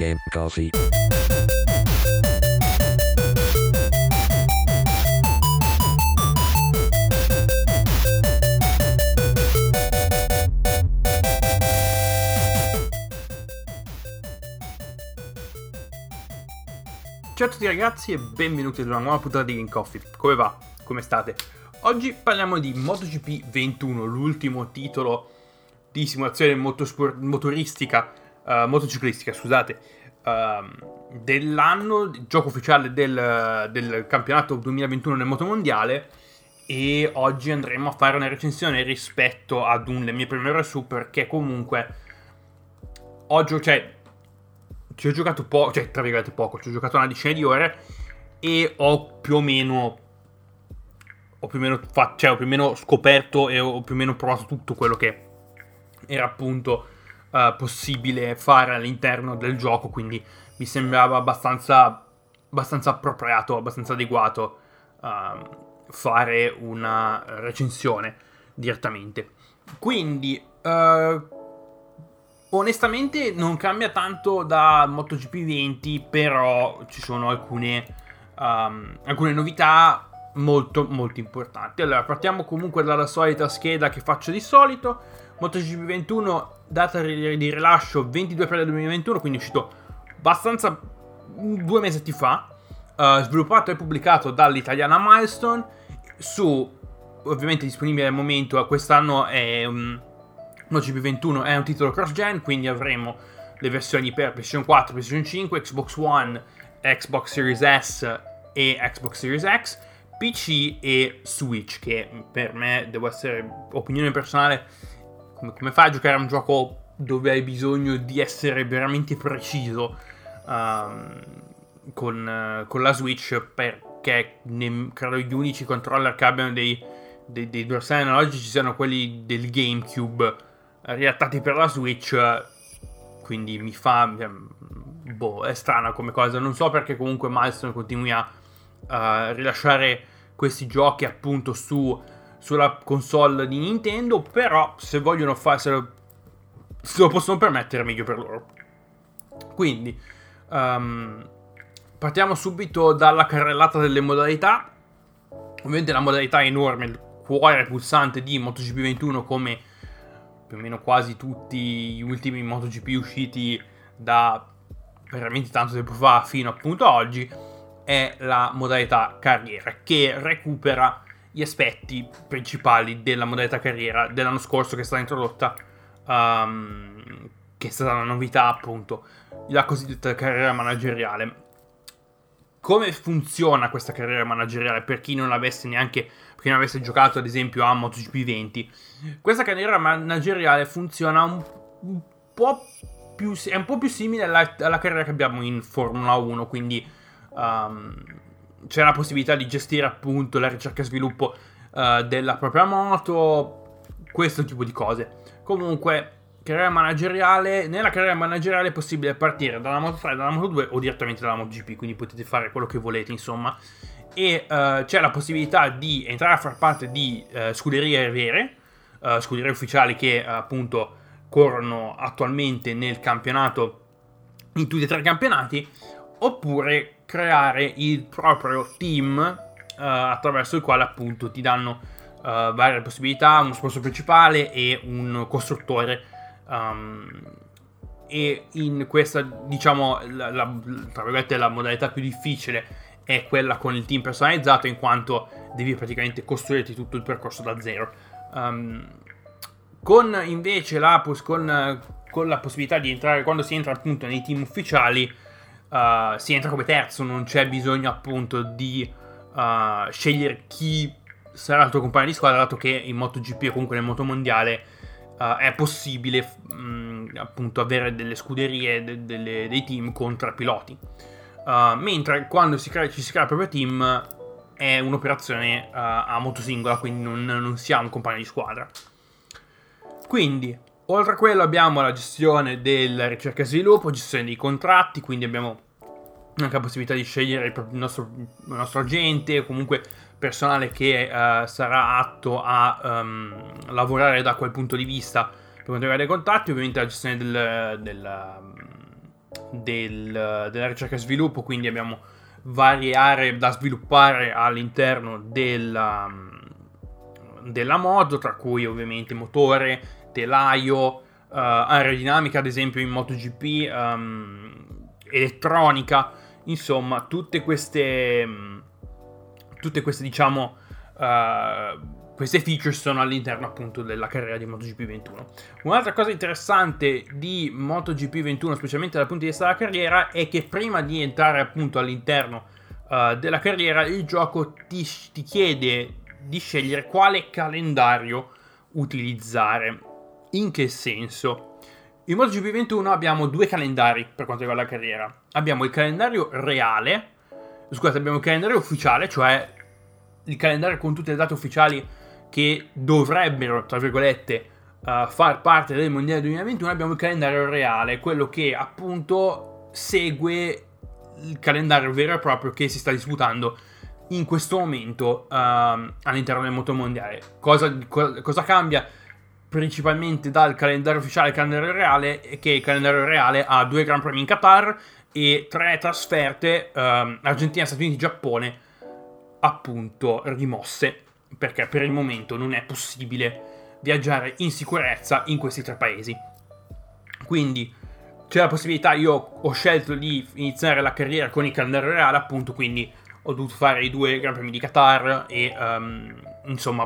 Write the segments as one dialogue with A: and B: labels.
A: Game Coffee.
B: Ciao a tutti ragazzi e benvenuti ad una nuova puntata di Game Coffee. Come va? Come state? Oggi parliamo di MotoGP 21, l'ultimo titolo di simulazione motociclistica, dell'anno, gioco ufficiale del campionato 2021 nel motomondiale. E oggi andremo a fare una recensione rispetto ad le mie prime ore su, perché comunque oggi, ci ho giocato poco, tra virgolette poco, ci ho giocato una decina di ore e ho più o meno scoperto e ho più o meno provato tutto quello che era appunto possibile fare all'interno del gioco, quindi mi sembrava abbastanza appropriato, abbastanza adeguato fare una recensione direttamente. Quindi onestamente non cambia tanto da MotoGP 20, però ci sono alcune novità molto molto importanti. Allora, partiamo comunque dalla solita scheda che faccio di solito. MotoGP 21, data di rilascio 22 aprile 2021, quindi è uscito abbastanza 2 mesi fa, sviluppato e pubblicato dall'italiana Milestone, ovviamente disponibile al momento. Quest'anno è MotoGP 21 è un titolo cross-gen, quindi avremo le versioni per PlayStation 4, PlayStation 5, Xbox One, Xbox Series S e Xbox Series X, PC e Switch, che per me, devo essere opinione personale, come fai a giocare a un gioco dove hai bisogno di essere veramente preciso con la Switch, perché credo gli unici controller che abbiano dei dorsali analogici siano quelli del GameCube riattati per la Switch, quindi mi fa è strana come cosa. Non so perché comunque Milestone continui a rilasciare questi giochi appunto sulla console di Nintendo, però se vogliono se lo possono permettere, meglio per loro. Quindi partiamo subito dalla carrellata delle modalità. Ovviamente la modalità è enorme, il cuore pulsante di MotoGP 21, come più o meno quasi tutti gli ultimi MotoGP usciti da veramente tanto tempo fa fino appunto a oggi, è la modalità carriera, che recupera gli aspetti principali della modalità carriera dell'anno scorso, che è stata introdotta, che è stata una novità appunto, la cosiddetta carriera manageriale. Come funziona questa carriera manageriale per chi non avesse giocato ad esempio a MotoGP 20? Questa carriera manageriale funziona un po' più simile alla carriera che abbiamo in Formula 1, quindi c'è la possibilità di gestire appunto la ricerca e sviluppo della propria moto, questo tipo di cose. Comunque, nella carriera manageriale è possibile partire dalla Moto 3, dalla Moto 2 o direttamente dalla MotoGP, quindi potete fare quello che volete, insomma. E c'è la possibilità di entrare a far parte di scuderie vere, scuderie ufficiali che appunto corrono attualmente nel campionato, in tutti e tre i campionati, oppure creare il proprio team attraverso il quale appunto ti danno varie possibilità, uno sponsor principale e un costruttore. E in questa, diciamo, tra virgolette, la modalità più difficile è quella con il team personalizzato, in quanto devi praticamente costruirti tutto il percorso da zero. Con invece con la possibilità di entrare, quando si entra appunto nei team ufficiali, si entra come terzo, non c'è bisogno appunto di scegliere chi sarà il tuo compagno di squadra, dato che in MotoGP o comunque nel motomondiale è possibile appunto avere delle scuderie, dei team con tre piloti, mentre quando ci si crea il proprio team è un'operazione a moto singola, quindi non si ha un compagno di squadra. Quindi oltre a quello abbiamo la gestione della ricerca e sviluppo, gestione dei contratti, quindi abbiamo anche la possibilità di scegliere il nostro agente o comunque personale che sarà atto a lavorare da quel punto di vista per quanto riguarda i contratti. Ovviamente la gestione della ricerca e sviluppo, quindi abbiamo varie aree da sviluppare all'interno della moto, tra cui ovviamente motore, telaio, aerodinamica ad esempio in MotoGP, elettronica, insomma tutte queste diciamo queste feature sono all'interno appunto della carriera di MotoGP 21. Un'altra cosa interessante di MotoGP 21, specialmente dal punto di vista della carriera, è che prima di entrare appunto all'interno della carriera, il gioco ti chiede di scegliere quale calendario utilizzare. In che senso? In MotoGP 21 abbiamo due calendari per quanto riguarda la carriera. Abbiamo il calendario reale, scusate, abbiamo il calendario ufficiale, cioè il calendario con tutte le date ufficiali che dovrebbero, tra virgolette, far parte del Mondiale 2021. Abbiamo il calendario reale, quello che appunto segue il calendario vero e proprio che si sta disputando in questo momento all'interno del motomondiale. Cosa cambia principalmente dal calendario ufficiale al calendario reale è che il calendario reale ha 2 Gran Premi in Qatar e 3 trasferte Argentina, Stati Uniti, Giappone appunto rimosse, perché per il momento non è possibile viaggiare in sicurezza in questi 3 paesi. Quindi c'è la possibilità, io ho scelto di iniziare la carriera con il calendario reale appunto, quindi ho dovuto fare i 2 Gran Premi di Qatar e insomma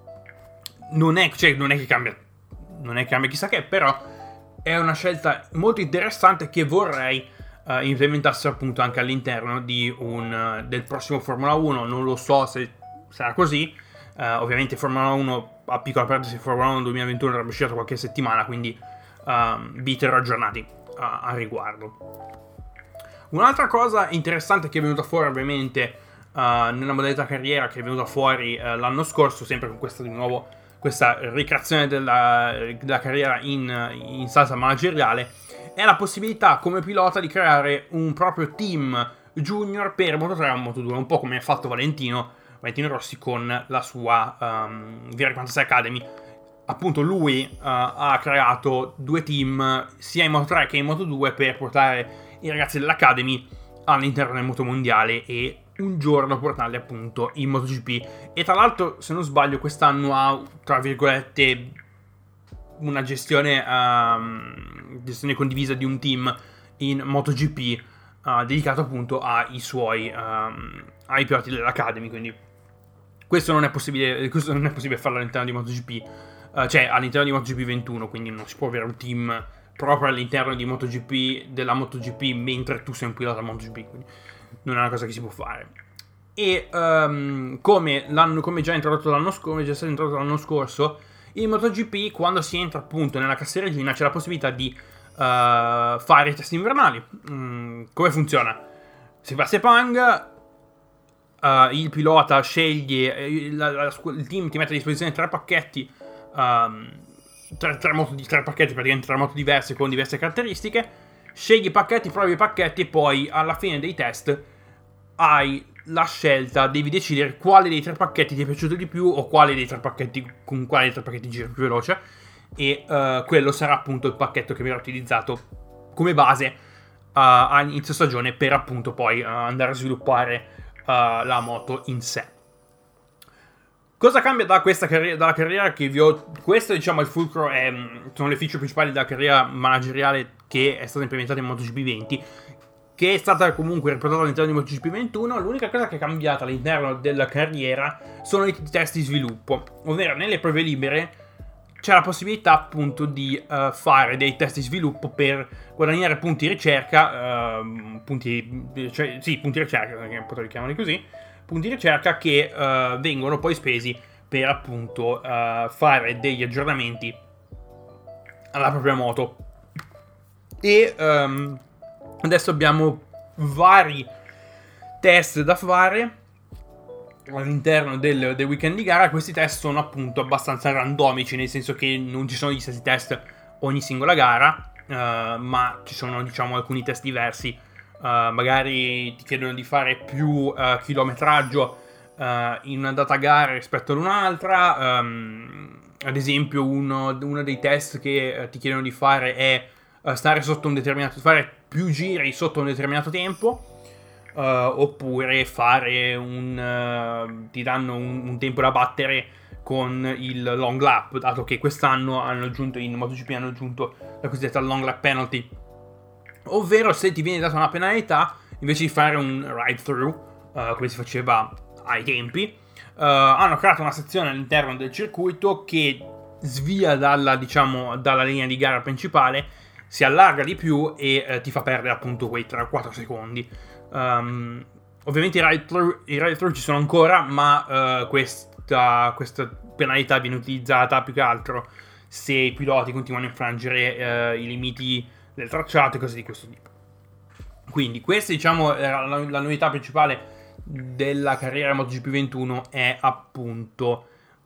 B: non è che cambia chissà che, però è una scelta molto interessante che vorrei implementasse appunto anche all'interno di del prossimo Formula 1. Non lo so se sarà così, ovviamente Formula 1, a piccola parentesi, Formula 1 2021 avrebbe uscito qualche settimana, quindi vi terrò aggiornati a riguardo. Un'altra cosa interessante che è venuta fuori ovviamente nella modalità carriera, che è venuta fuori l'anno scorso, sempre con questa ricreazione della carriera in salsa manageriale, è la possibilità come pilota di creare un proprio team junior per Moto3 o Moto2, un po' come ha fatto Valentino Rossi con la sua VR46 Academy. Appunto lui ha creato 2 team sia in Moto3 che in Moto2 per portare i ragazzi dell'Academy all'interno del motomondiale e un giorno portarli appunto in MotoGP. E tra l'altro, se non sbaglio, quest'anno ha, tra virgolette, una gestione condivisa di un team in MotoGP dedicato appunto ai piloti dell'Academy. Quindi questo non è possibile farlo all'interno di MotoGP, cioè all'interno di MotoGP 21, quindi non si può avere un team proprio all'interno di della MotoGP mentre tu sei un pilota MotoGP, quindi non è una cosa che si può fare. E come già stato introdotto l'anno scorso, in MotoGP, quando si entra appunto nella casseregina, c'è la possibilità di fare i test invernali. Come funziona? Si fa Sepang, il pilota sceglie, il team ti mette a disposizione 3 pacchetti, tre pacchetti, praticamente 3 moto diverse con diverse caratteristiche. Scegli i pacchetti, provi i pacchetti e poi alla fine dei test hai la scelta, devi decidere quale dei 3 pacchetti ti è piaciuto di più o con quale dei 3 pacchetti giri più veloce, e quello sarà appunto il pacchetto che verrà utilizzato come base a inizio stagione per appunto poi andare a sviluppare la moto in sé. Cosa cambia dalla carriera che vi ho... Questo diciamo il fulcro, sono le feature principali della carriera manageriale che è stata implementata in MotoGP 20, che è stata comunque riportata all'interno di MotoGP 21. L'unica cosa che è cambiata all'interno della carriera sono i test di sviluppo, ovvero nelle prove libere c'è la possibilità appunto di fare dei test di sviluppo per guadagnare punti ricerca, punti ricerca, potrei chiamarli così, punti ricerca che vengono poi spesi per appunto fare degli aggiornamenti alla propria moto. E adesso abbiamo vari test da fare all'interno del weekend di gara. Questi test sono appunto abbastanza randomici, nel senso che non ci sono gli stessi test ogni singola gara, ma ci sono diciamo alcuni test diversi. Magari ti chiedono di fare più chilometraggio in una data gara rispetto ad un'altra. Ad esempio uno dei test che ti chiedono di fare è fare più giri sotto un determinato tempo, oppure fare ti danno un tempo da battere con il long lap, dato che quest'anno in MotoGP hanno aggiunto la cosiddetta long lap penalty, ovvero se ti viene data una penalità, invece di fare un ride through, come si faceva ai tempi, hanno creato una sezione all'interno del circuito che svia dalla linea di gara principale, si allarga di più e ti fa perdere appunto quei 3-4 secondi. Ovviamente i ride through ci sono ancora, ma questa penalità viene utilizzata più che altro se i piloti continuano a infrangere i limiti del tracciato e cose di questo tipo. Quindi questa, diciamo, era la novità principale della carriera MotoGP 21, è appunto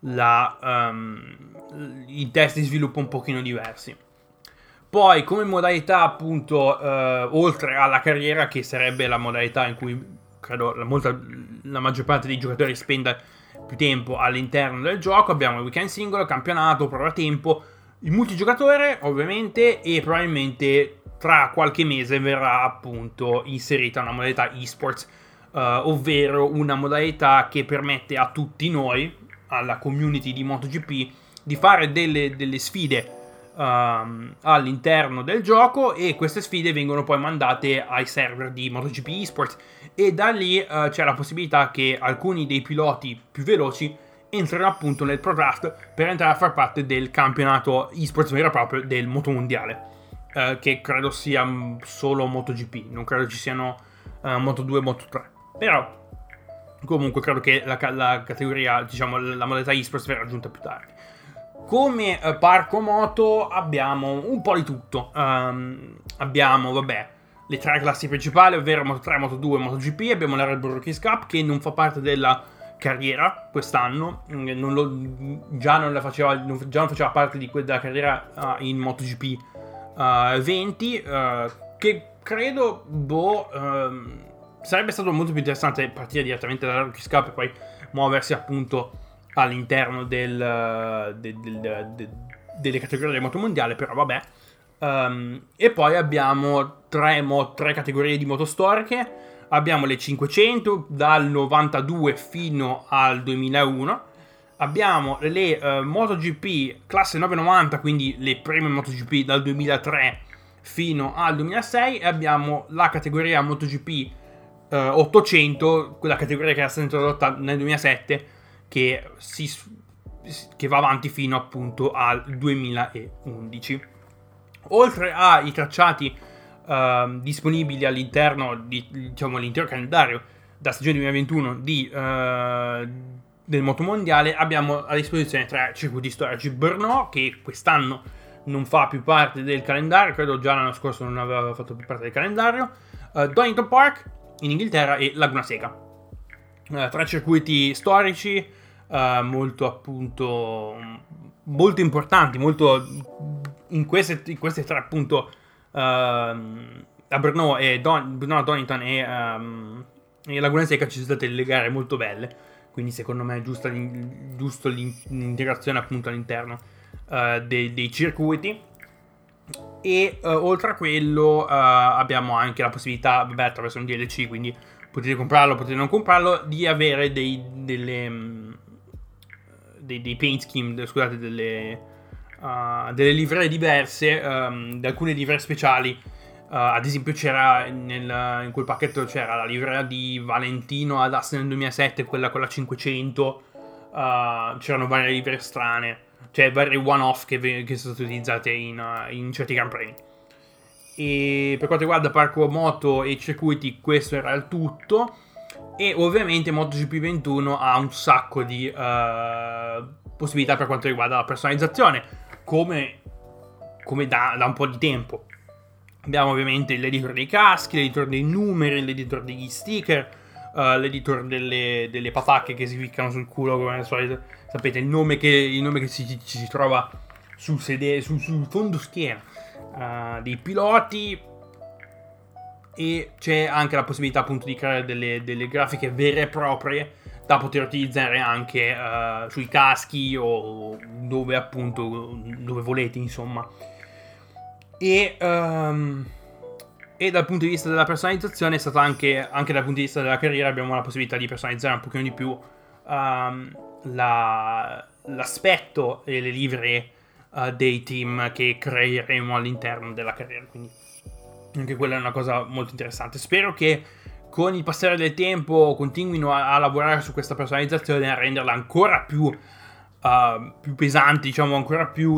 B: i test di sviluppo un pochino diversi. Poi come modalità, appunto, oltre alla carriera, che sarebbe la modalità in cui credo la maggior parte dei giocatori spenda più tempo all'interno del gioco, abbiamo il weekend singolo, campionato, prova tempo, il multigiocatore ovviamente, e probabilmente tra qualche mese verrà appunto inserita una modalità esports, ovvero una modalità che permette a tutti noi, alla community di MotoGP, di fare delle sfide all'interno del gioco, e queste sfide vengono poi mandate ai server di MotoGP esports, e da lì c'è la possibilità che alcuni dei piloti più veloci entrano appunto nel Pro Draft per entrare a far parte del campionato esports vero e proprio del Motomondiale, che credo sia solo MotoGP, non credo ci siano Moto2 e Moto3, però comunque credo che la categoria, diciamo la modalità esports verrà aggiunta più tardi. Come parco moto abbiamo un po' di tutto. Abbiamo, vabbè, le tre classi principali, ovvero Moto3, Moto2 e MotoGP. Abbiamo la Red Bull Rookies Cup, che non fa parte della carriera quest'anno, già non faceva parte della carriera in MotoGP 20, che credo sarebbe stato molto più interessante partire direttamente dalla Rookies Cup e poi muoversi appunto all'interno delle categorie del motomondiale, però vabbè. E poi abbiamo tre categorie di moto storiche. Abbiamo le 500 dal 92 fino al 2001. Abbiamo le MotoGP classe 990, quindi le prime MotoGP dal 2003 fino al 2006. E abbiamo la categoria MotoGP 800, quella categoria che era stata introdotta nel 2007, che va avanti fino appunto al 2011. Oltre ai tracciati disponibili all'interno all'intero calendario da stagione 2021 del motomondiale, abbiamo a disposizione tre circuiti storici: Brno, che quest'anno non fa più parte del calendario, credo già l'anno scorso non aveva fatto più parte del calendario, Donington Park in Inghilterra e Laguna Seca. Tre circuiti storici molto importanti, molto in queste tre appunto, a Brno, Donington e Laguna Seca ci sono state delle gare molto belle, quindi secondo me è giusto l'integrazione appunto all'interno dei circuiti. E oltre a quello abbiamo anche la possibilità, attraverso un DLC, quindi potete comprarlo, potete non comprarlo, di avere dei paint scheme, scusate, delle livree diverse, di alcune livree speciali. Ad esempio c'era in quel pacchetto c'era la livrea di Valentino ad Assen nel 2007, quella con la 500. C'erano varie livree strane, cioè varie one-off che sono state utilizzate in certi Gran Premi. E per quanto riguarda parco moto e circuiti, questo era il tutto. E ovviamente MotoGP 21 ha un sacco di possibilità per quanto riguarda la personalizzazione, come da un po' di tempo. Abbiamo ovviamente l'editor dei caschi, l'editor dei numeri, l'editor degli sticker, l'editor delle patacche che si ficcano sul culo, come al solito. Sapete, il nome che si trova sul fondo schiena dei piloti. E c'è anche la possibilità appunto di creare delle grafiche vere e proprie da poter utilizzare anche sui caschi o dove volete, insomma. E dal punto di vista della personalizzazione è stata anche dal punto di vista della carriera abbiamo la possibilità di personalizzare un pochino di più l'aspetto e le livree dei team che creeremo all'interno della carriera, quindi anche quella è una cosa molto interessante. Spero che con il passare del tempo continuino a lavorare su questa personalizzazione e a renderla ancora più pesante, diciamo ancora più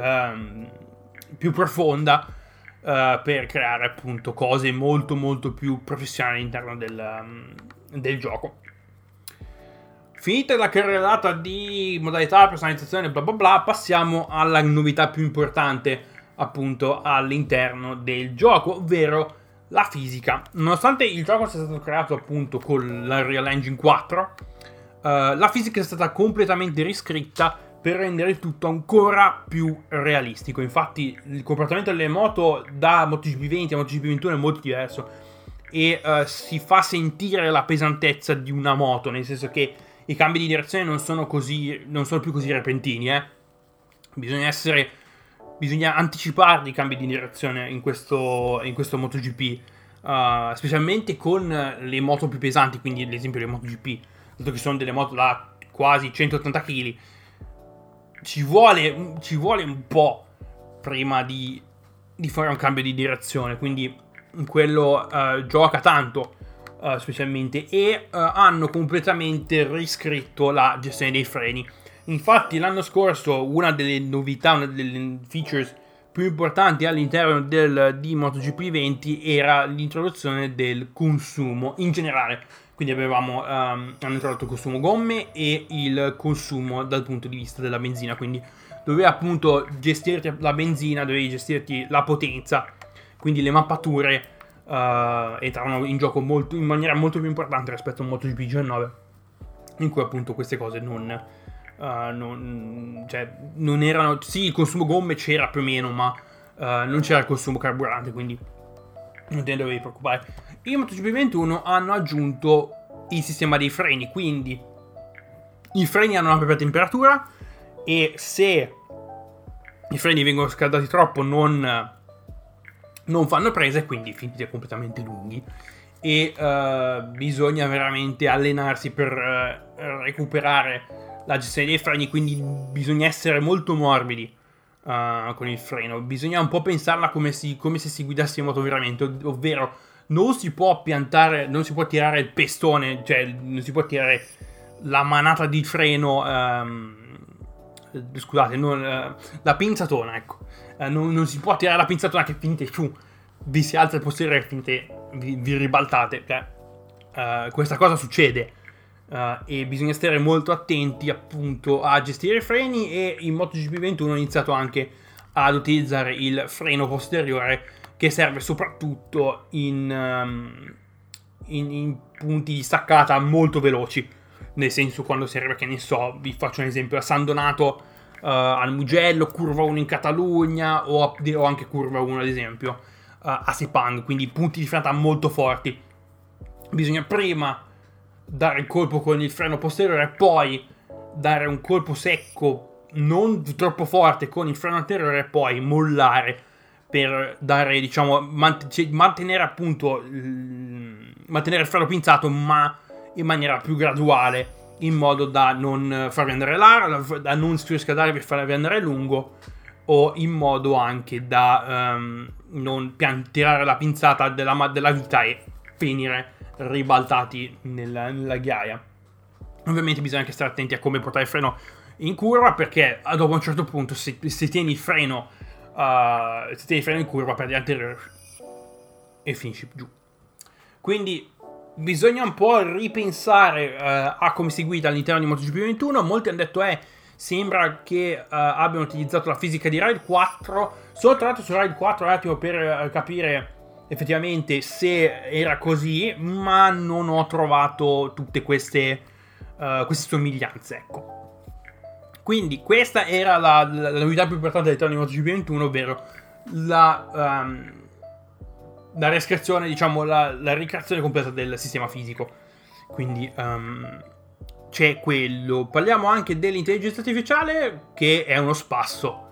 B: profonda, per creare appunto cose molto molto più professionali all'interno del gioco. Finita la carrellata di modalità, personalizzazione, bla bla bla, passiamo alla novità più importante appunto all'interno del gioco, ovvero la fisica. Nonostante il gioco sia stato creato appunto con la Unreal Engine 4, la fisica è stata completamente riscritta per rendere il tutto ancora più realistico. Infatti il comportamento delle moto da MotoGP 20 a MotoGP 21 è molto diverso e si fa sentire la pesantezza di una moto, nel senso che i cambi di direzione non sono più così repentini, Bisogna anticiparli i cambi di direzione in questo MotoGP, specialmente con le moto più pesanti, quindi ad esempio le MotoGP, dato che sono delle moto da quasi 180 kg. Ci vuole un po' prima di fare un cambio di direzione, quindi quello gioca tanto, specialmente, e hanno completamente riscritto la gestione dei freni. Infatti l'anno scorso una delle novità, una delle features più importanti all'interno di MotoGP 20 era l'introduzione del consumo in generale. Quindi hanno introdotto il consumo gomme e il consumo dal punto di vista della benzina. Quindi dovevi appunto gestirti la benzina, dovevi gestirti la potenza. Quindi le mappature entravano in gioco in maniera molto più importante rispetto a un MotoGP 19, in cui appunto queste cose non erano. Sì, il consumo gomme c'era più o meno, ma non c'era il consumo carburante, quindi non te ne dovevi preoccupare. In MotoGP 21 hanno aggiunto il sistema dei freni, quindi i freni hanno una propria temperatura e se i freni vengono scaldati troppo non fanno presa, quindi finiti completamente lunghi, e bisogna veramente allenarsi per recuperare la gestione dei freni, quindi bisogna essere molto morbidi con il freno. Bisogna un po' pensarla come se si guidasse in moto veramente, ovvero non si può piantare, non si può tirare il pestone, cioè non si può tirare la manata di freno, scusate, la pinzatona, ecco. Non si può tirare la pinzatona che finite vi si alza il posteriore e finite vi ribaltate. Questa cosa succede. E bisogna stare molto attenti appunto a gestire i freni, e in MotoGP 21 ho iniziato anche ad utilizzare il freno posteriore, che serve soprattutto in punti di staccata molto veloci, nel senso quando serve, che ne so, vi faccio un esempio, a San Donato, al Mugello, curva 1 in Catalogna, o anche curva 1 ad esempio a Sepang, quindi punti di frenata molto forti. Bisogna prima dare il colpo con il freno posteriore, poi dare un colpo secco non troppo forte con il freno anteriore, e poi mollare per dare, diciamo, mantenere appunto mantenere il freno pinzato, ma in maniera più graduale, in modo da non farvi andare largo, da non surriscaldare per farvi andare lungo, o in modo anche da non tirare la pinzata della vita e finire ribaltati nella ghiaia. Ovviamente bisogna anche stare attenti a come portare il freno in curva, perché dopo un certo punto se tieni il freno in curva, perdi l'anteriore e finisci giù. Quindi bisogna un po' ripensare a come si guida all'interno di MotoGP 21. Molti hanno detto sembra che abbiano utilizzato la fisica di Ride 4. Sono tornato su Ride 4 un attimo per capire effettivamente se era così, ma non ho trovato tutte queste somiglianze, ecco. Quindi questa era la novità più importante all'interno di MotoGP 21, ovvero la riscreazione, diciamo la ricreazione completa del sistema fisico. Quindi c'è quello. Parliamo anche dell'intelligenza artificiale, che è uno spasso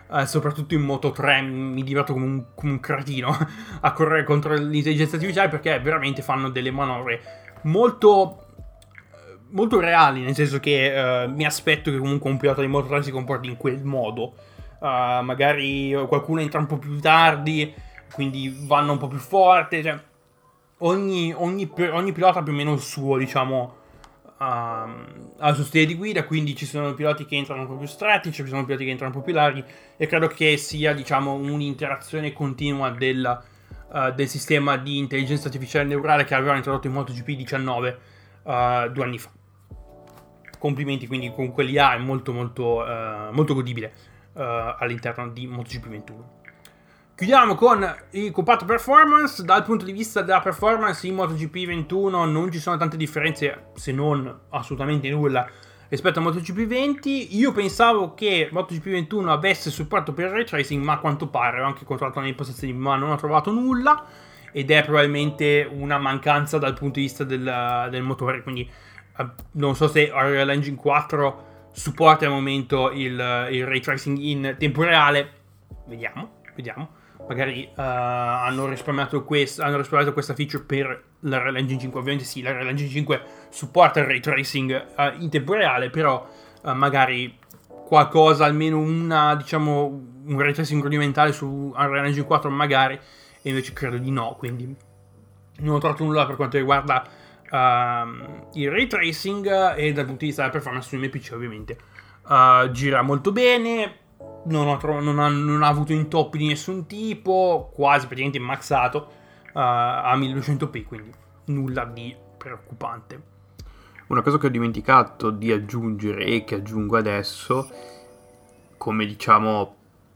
B: soprattutto in Moto 3 mi diverto come un cretino a correre contro l'intelligenza artificiale, perché veramente fanno delle manovre molto reali, nel senso che mi aspetto che comunque un pilota di Moto 3 si comporti in quel modo. Magari qualcuno entra un po' più tardi, quindi vanno un po' più forte, cioè ogni pilota ha più o meno il suo, diciamo, al suo stile di guida, quindi ci sono piloti che entrano un po' più stretti, ci sono piloti che entrano un po' più larghi, e credo che sia, diciamo, un'interazione continua del sistema di intelligenza artificiale neurale che avevano introdotto in MotoGP 19 2 anni fa. Complimenti, quindi con l'IA è molto godibile all'interno di MotoGP 21. Chiudiamo con il comparto performance. Dal punto di vista della performance in MotoGP 21 non ci sono tante differenze, se non assolutamente nulla, rispetto a MotoGP 20. Io pensavo che MotoGP 21 avesse supporto per il ray tracing, ma a quanto pare ho anche controllato nelle impostazioni, ma non ho trovato nulla, ed è probabilmente una mancanza dal punto di vista del motore, quindi non so se Unreal Engine 4 supporta al momento il ray tracing in tempo reale. Vediamo. Magari hanno risparmiato questa feature per l'Unreal Engine 5. Ovviamente sì, l'Unreal Engine 5 supporta il ray tracing in tempo reale, però magari qualcosa, almeno un ray tracing rudimentale su Unreal Engine 4 magari, e invece credo di no, quindi non ho trovato nulla per quanto riguarda il ray tracing. E dal punto di vista della performance sui miei PC ovviamente gira molto bene, non ha avuto intoppi di nessun tipo, quasi praticamente maxato a 1200p, quindi nulla di preoccupante.
A: Una cosa che ho dimenticato di aggiungere e che aggiungo adesso, come diciamo,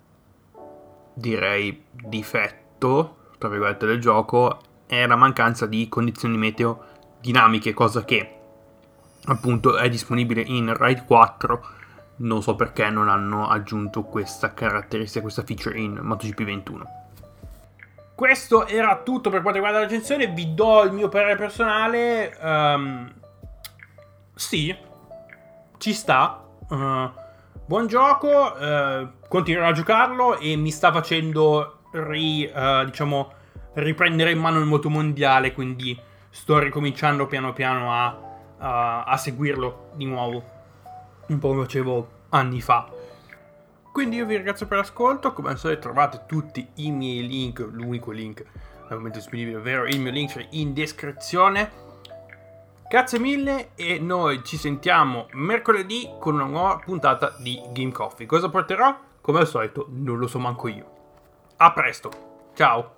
A: direi difetto tra virgolette del gioco, è la mancanza di condizioni meteo dinamiche, cosa che appunto è disponibile in Ride 4. Non so perché non hanno aggiunto questa caratteristica, questa feature in MotoGP 21.
B: Questo era tutto per quanto riguarda la recensione. Vi do il mio parere personale. Sì, ci sta. Buon gioco. Continuerò a giocarlo e mi sta facendo riprendere in mano il motomondiale, quindi sto ricominciando piano piano a seguirlo di nuovo, un po' come facevo anni fa. Quindi io vi ringrazio per l'ascolto. Come al solito trovate tutti i miei link, l'unico link al momento disponibile, ovvero il mio link in descrizione. Grazie mille e noi ci sentiamo mercoledì con una nuova puntata di Game Coffee. Cosa porterò? Come al solito non lo so manco io. A presto, ciao!